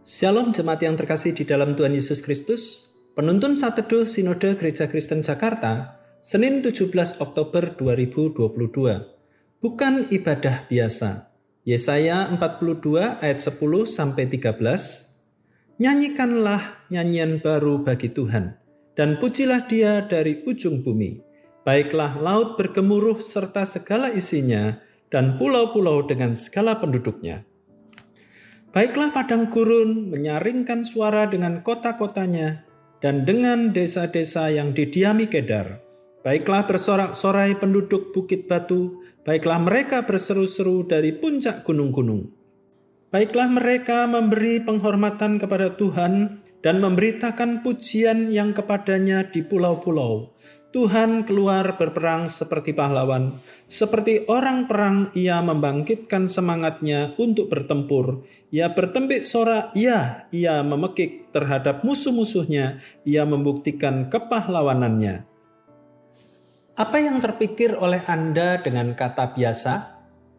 Shalom jemaat yang terkasih di dalam Tuhan Yesus Kristus. Penuntun Saat Teduh Sinode Gereja Kristen Jakarta, Senin 17 Oktober 2022. Bukan ibadah biasa. Yesaya 42 ayat 10-13. Nyanyikanlah nyanyian baru bagi Tuhan, dan pujilah Dia dari ujung bumi. Baiklah laut bergemuruh serta segala isinya, dan pulau-pulau dengan segala penduduknya. Baiklah padang gurun menyaringkan suara dengan kota-kotanya dan dengan desa-desa yang didiami Kedar. Baiklah bersorak-sorai penduduk bukit batu, baiklah mereka berseru-seru dari puncak gunung-gunung. Baiklah mereka memberi penghormatan kepada Tuhan dan memberitakan pujian yang kepadanya di pulau-pulau. Tuhan keluar berperang seperti pahlawan, seperti orang perang ia membangkitkan semangatnya untuk bertempur. Ia bertembik sorak, ia memekik terhadap musuh-musuhnya, ia membuktikan kepahlawanannya. Apa yang terpikir oleh Anda dengan kata biasa?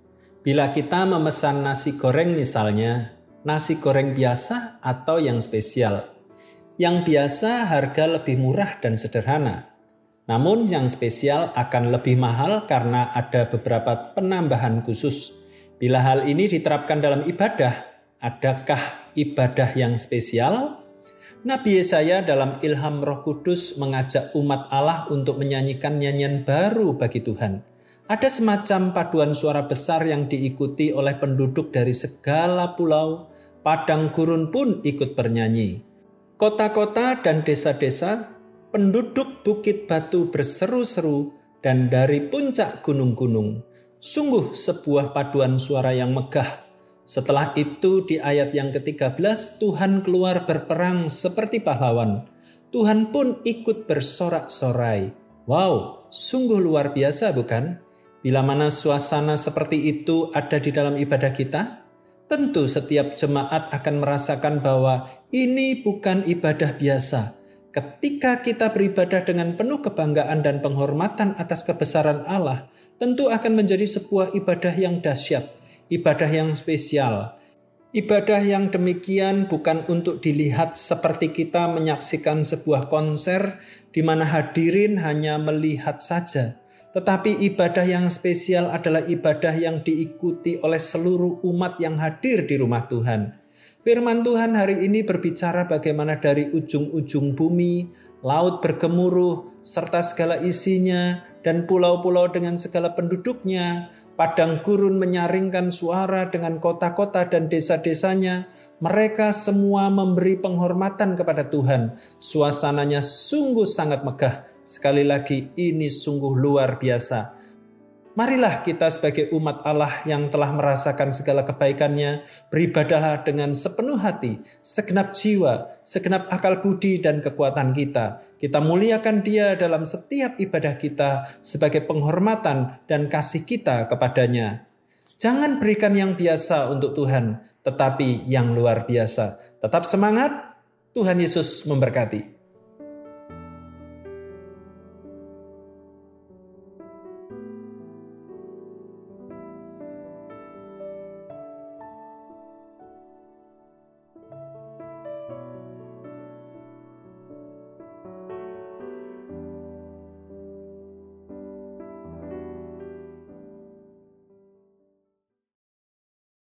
Bila kita memesan nasi goreng misalnya, nasi goreng biasa atau yang spesial. Yang biasa harga lebih murah dan sederhana. Namun yang spesial akan lebih mahal karena ada beberapa penambahan khusus. Bila hal ini diterapkan dalam ibadah, adakah ibadah yang spesial? Nabi Yesaya dalam ilham Roh Kudus mengajak umat Allah untuk menyanyikan nyanyian baru bagi Tuhan. Ada semacam paduan suara besar yang diikuti oleh penduduk dari segala pulau, padang gurun pun ikut bernyanyi. Kota-kota dan desa-desa, penduduk bukit batu berseru-seru, dan dari puncak gunung-gunung. Sungguh sebuah paduan suara yang megah. Setelah itu di ayat yang ke-13, Tuhan keluar berperang seperti pahlawan. Tuhan pun ikut bersorak-sorai. Wow, sungguh luar biasa bukan? Bila mana suasana seperti itu ada di dalam ibadah kita, tentu setiap jemaat akan merasakan bahwa ini bukan ibadah biasa. Ketika kita beribadah dengan penuh kebanggaan dan penghormatan atas kebesaran Allah, tentu akan menjadi sebuah ibadah yang dahsyat, ibadah yang spesial. Ibadah yang demikian bukan untuk dilihat seperti kita menyaksikan sebuah konser di mana hadirin hanya melihat saja. Tetapi ibadah yang spesial adalah ibadah yang diikuti oleh seluruh umat yang hadir di rumah Tuhan. Firman Tuhan hari ini berbicara bagaimana dari ujung-ujung bumi, laut bergemuruh, serta segala isinya, dan pulau-pulau dengan segala penduduknya, padang gurun menyaringkan suara dengan kota-kota dan desa-desanya. Mereka semua memberi penghormatan kepada Tuhan. Suasananya sungguh sangat megah. Sekali lagi, ini sungguh luar biasa. Marilah kita sebagai umat Allah yang telah merasakan segala kebaikannya, beribadahlah dengan sepenuh hati, segenap jiwa, segenap akal budi dan kekuatan kita. Kita muliakan Dia dalam setiap ibadah kita sebagai penghormatan dan kasih kita kepadanya. Jangan berikan yang biasa untuk Tuhan, tetapi yang luar biasa. Tetap semangat, Tuhan Yesus memberkati.